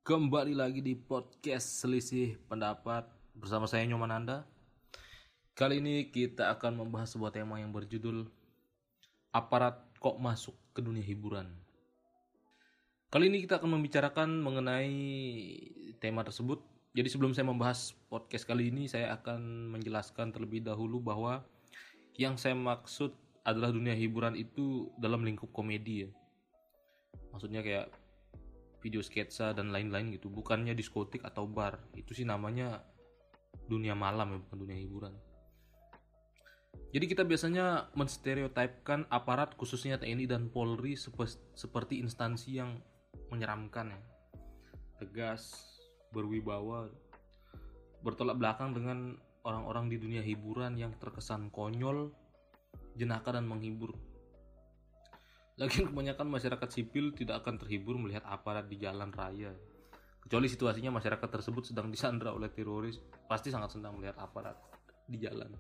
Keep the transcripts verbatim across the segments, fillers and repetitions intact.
Kembali lagi di podcast Selisih Pendapat bersama saya Nyoman Anda. Kali ini kita akan membahas sebuah tema yang berjudul Aparat kok masuk ke dunia hiburan. Kali ini kita akan membicarakan mengenai tema tersebut. Jadi sebelum saya membahas podcast kali ini, saya akan menjelaskan terlebih dahulu bahwa yang saya maksud adalah dunia hiburan itu dalam lingkup komedi ya. Maksudnya kayak video sketsa dan lain-lain gitu, bukannya diskotik atau bar. Itu sih namanya dunia malam ya, bukan dunia hiburan. Jadi kita biasanya menstereotipkan aparat khususnya T N I dan Polri sepe- seperti instansi yang menyeramkan ya, tegas, berwibawa, bertolak belakang dengan orang-orang di dunia hiburan yang terkesan konyol, jenaka dan menghibur. Lagian kebanyakan masyarakat sipil tidak akan terhibur melihat aparat di jalan raya. Kecuali situasinya masyarakat tersebut sedang disandra oleh teroris, pasti sangat senang melihat aparat di jalan.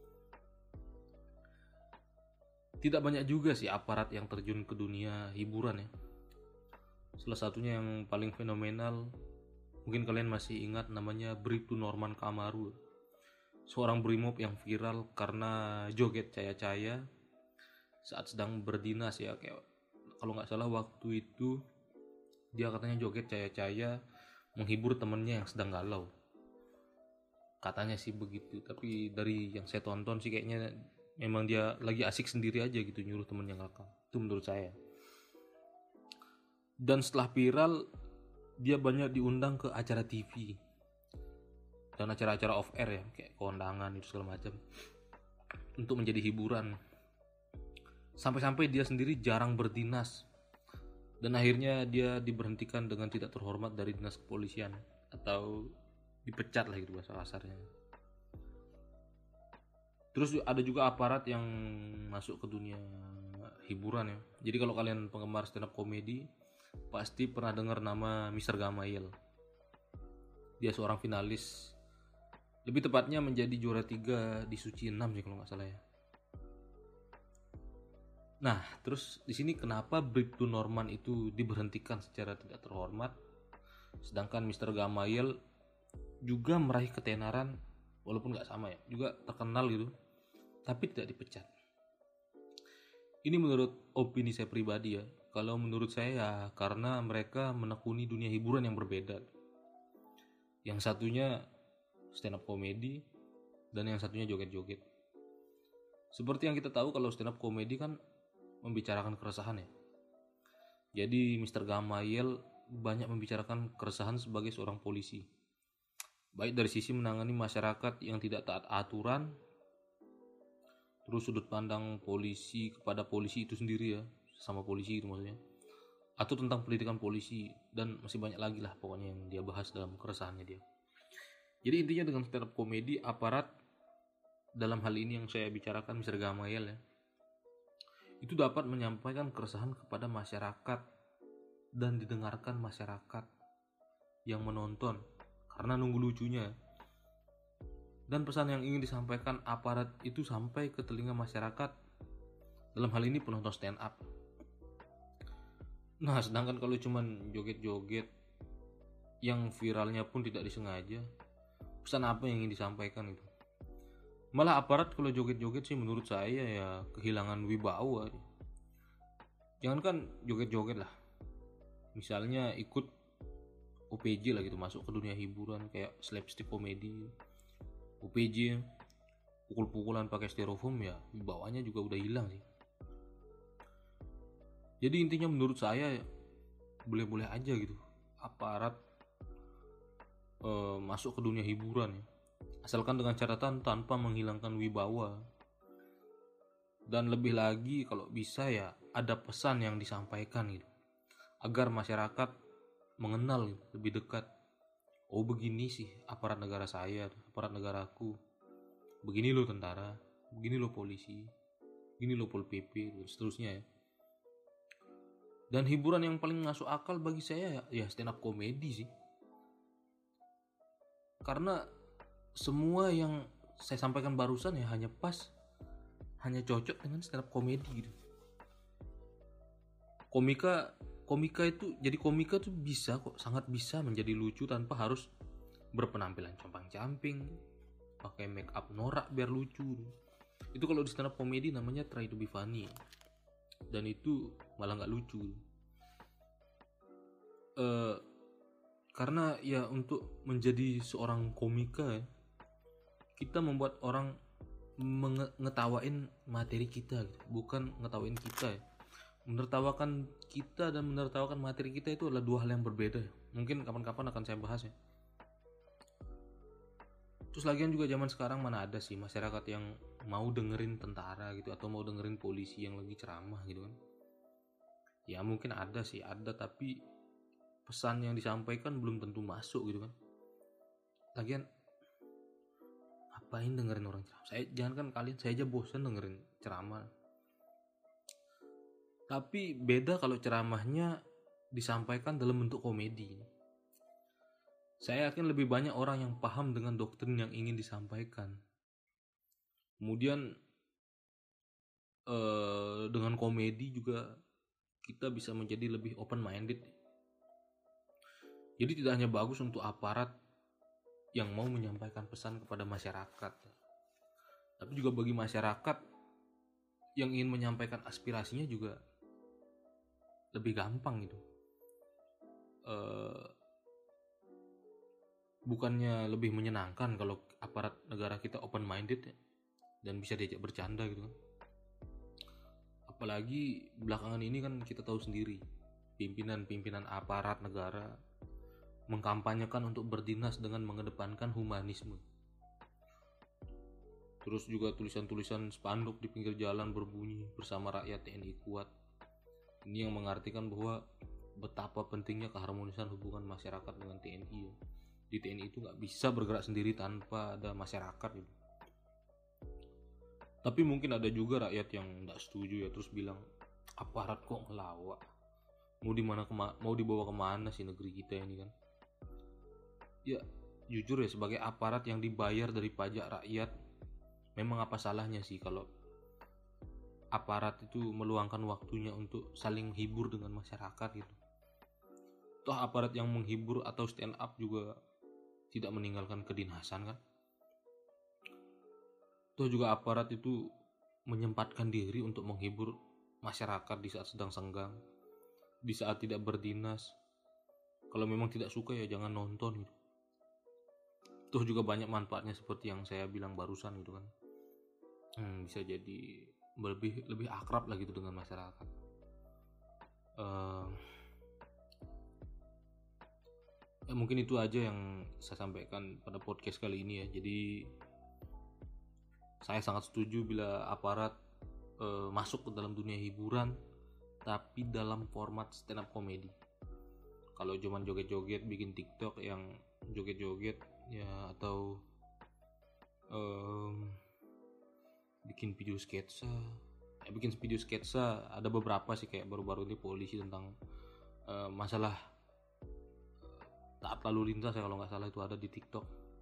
Tidak banyak juga sih aparat yang terjun ke dunia hiburan ya. Salah satunya yang paling fenomenal, mungkin kalian masih ingat namanya Bribtu Norman Kamaru. Seorang brimob yang viral karena joget caya-caya saat sedang berdinas ya, kayak kalau nggak salah waktu itu dia katanya joget caya-caya menghibur temennya yang sedang galau, katanya sih begitu. Tapi dari yang saya tonton sih kayaknya memang dia lagi asik sendiri aja gitu, nyuruh temennya ngelakam. Itu menurut saya. Dan setelah viral, dia banyak diundang ke acara T V dan acara-acara off air ya, kayak kondangan itu segala macam, untuk menjadi hiburan. Sampai-sampai dia sendiri jarang berdinas, dan akhirnya dia diberhentikan dengan tidak terhormat dari dinas kepolisian, atau dipecat lah gitu bahasa kasarnya. Terus ada juga aparat yang masuk ke dunia hiburan ya. Jadi kalau kalian penggemar stand up comedy, pasti pernah dengar nama mister Gamail. Dia seorang finalis, lebih tepatnya menjadi juara tiga di Suci enam sih kalau nggak salah ya. Nah, terus di sini kenapa Bribtu Norman itu diberhentikan secara tidak terhormat, sedangkan mister Gamail juga meraih ketenaran, walaupun nggak sama ya, juga terkenal gitu, tapi tidak dipecat. Ini menurut opini saya pribadi ya. Kalau menurut saya ya karena mereka menekuni dunia hiburan yang berbeda. Yang satunya stand up comedy dan yang satunya joget-joget. Seperti yang kita tahu kalau stand up comedy kan membicarakan keresahan ya. Jadi mister Gamail banyak membicarakan keresahan sebagai seorang polisi, baik dari sisi menangani masyarakat yang tidak taat aturan, terus sudut pandang polisi kepada polisi itu sendiri ya, sama polisi itu maksudnya, atau tentang pendidikan polisi, dan masih banyak lagi lah pokoknya yang dia bahas dalam keresahannya dia. Jadi intinya dengan stand up comedy, aparat dalam hal ini yang saya bicarakan mister Gamail ya, itu dapat menyampaikan keresahan kepada masyarakat dan didengarkan masyarakat yang menonton karena nunggu lucunya. Dan pesan yang ingin disampaikan aparat itu sampai ke telinga masyarakat, dalam hal ini penonton stand up. Nah, sedangkan kalau cuman joget-joget yang viralnya pun tidak disengaja, pesan apa yang ingin disampaikan itu? Malah aparat kalau joget-joget sih menurut saya ya kehilangan wibawa. Jangankan joget-joget lah, misalnya ikut O P J lah gitu, masuk ke dunia hiburan kayak slapstick komedi, O P J pukul-pukulan pakai styrofoam, ya wibawanya juga udah hilang sih. Jadi intinya menurut saya boleh-boleh aja gitu aparat eh, masuk ke dunia hiburan ya, asalkan dengan catatan tanpa menghilangkan wibawa. Dan lebih lagi kalau bisa ya ada pesan yang disampaikan gitu, agar masyarakat mengenal gitu, lebih dekat. Oh begini sih aparat negara saya, aparat negaraku. Begini loh tentara, begini loh polisi, begini loh Pol P P, dan seterusnya ya. Dan hiburan yang paling masuk akal bagi saya ya stand up comedy sih. Karena semua yang saya sampaikan barusan ya hanya pas, hanya cocok dengan stand up comedy gitu. Komika komika itu jadi komika tuh bisa kok, sangat bisa menjadi lucu tanpa harus berpenampilan compang-camping, pakai make up norak biar lucu. Itu kalau di stand up komedi namanya try to be funny, dan itu malah nggak lucu. Uh, karena ya untuk menjadi seorang komika ya, kita membuat orang mengetawain materi kita gitu. Bukan ngetawain kita ya. Menertawakan kita dan menertawakan materi kita itu adalah dua hal yang berbeda. Mungkin kapan-kapan akan saya bahas ya. Terus lagian juga zaman sekarang mana ada sih masyarakat yang mau dengerin tentara gitu, atau mau dengerin polisi yang lagi ceramah gitu kan. Ya mungkin ada sih, ada, tapi pesan yang disampaikan belum tentu masuk gitu kan. Lagian ngapain dengerin orang ceramah? Saya jangan kan kalian, saya aja bosan dengerin ceramah. Tapi beda kalau ceramahnya disampaikan dalam bentuk komedi. Saya yakin lebih banyak orang yang paham dengan doktrin yang ingin disampaikan. Kemudian eh, dengan komedi juga kita bisa menjadi lebih open minded. Jadi tidak hanya bagus untuk aparat yang mau menyampaikan pesan kepada masyarakat, tapi juga bagi masyarakat yang ingin menyampaikan aspirasinya juga lebih gampang gitu. Uh, bukannya lebih menyenangkan kalau aparat negara kita open minded ya, dan bisa diajak bercanda gitu kan. Apalagi belakangan ini kan kita tahu sendiri, pimpinan-pimpinan aparat negara mengkampanyekan untuk berdinas dengan mengedepankan humanisme. Terus juga tulisan-tulisan spanduk di pinggir jalan berbunyi bersama rakyat T N I kuat. Ini yang mengartikan bahwa betapa pentingnya keharmonisan hubungan masyarakat dengan T N I. Di T N I itu nggak bisa bergerak sendiri tanpa ada masyarakat gitu. Tapi mungkin ada juga rakyat yang nggak setuju ya, terus bilang aparat kok ngelawak, mau di mana kema- mau dibawa kemana sih negeri kita ini kan. Ya jujur ya, sebagai aparat yang dibayar dari pajak rakyat, memang apa salahnya sih kalau aparat itu meluangkan waktunya untuk saling hibur dengan masyarakat gitu. Toh aparat yang menghibur atau stand up juga tidak meninggalkan kedinasan kan. Toh juga aparat itu menyempatkan diri untuk menghibur masyarakat di saat sedang senggang, di saat tidak berdinas. Kalau memang tidak suka ya jangan nonton gitu. Toh juga banyak manfaatnya seperti yang saya bilang barusan gitu kan. Hmm, bisa jadi lebih lebih akrab lah gitu dengan masyarakat. Uh, ya mungkin itu aja yang saya sampaikan pada podcast kali ini ya. Jadi saya sangat setuju bila aparat uh, masuk ke dalam dunia hiburan, tapi dalam format stand up comedy. Kalau cuman joget-joget bikin TikTok yang joget-joget ya, atau um, bikin video sketsa ya, bikin video sketsa ada beberapa sih, kayak baru-baru ini polisi tentang uh, masalah uh, taat lalu lintas ya kalau nggak salah, itu ada di TikTok.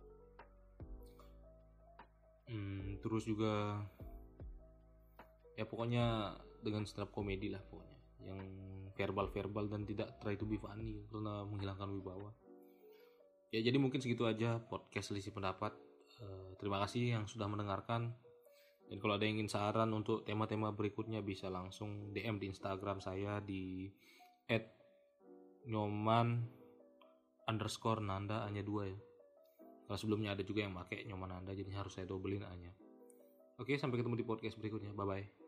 Hmm, terus juga ya pokoknya dengan stand up comedy lah pokoknya, yang verbal-verbal dan tidak try to be funny karena menghilangkan wibawa. Ya jadi mungkin segitu aja podcast Selisih Pendapat. Uh, terima kasih yang sudah mendengarkan. Dan kalau ada yang ingin saran untuk tema-tema berikutnya bisa langsung D M di Instagram saya di et nyoman underscore nanda hanya dua ya. Kalau sebelumnya ada juga yang pakai nyoman nanda, jadi harus saya dobelin A-nya. Oke, sampai ketemu di podcast berikutnya. Bye bye.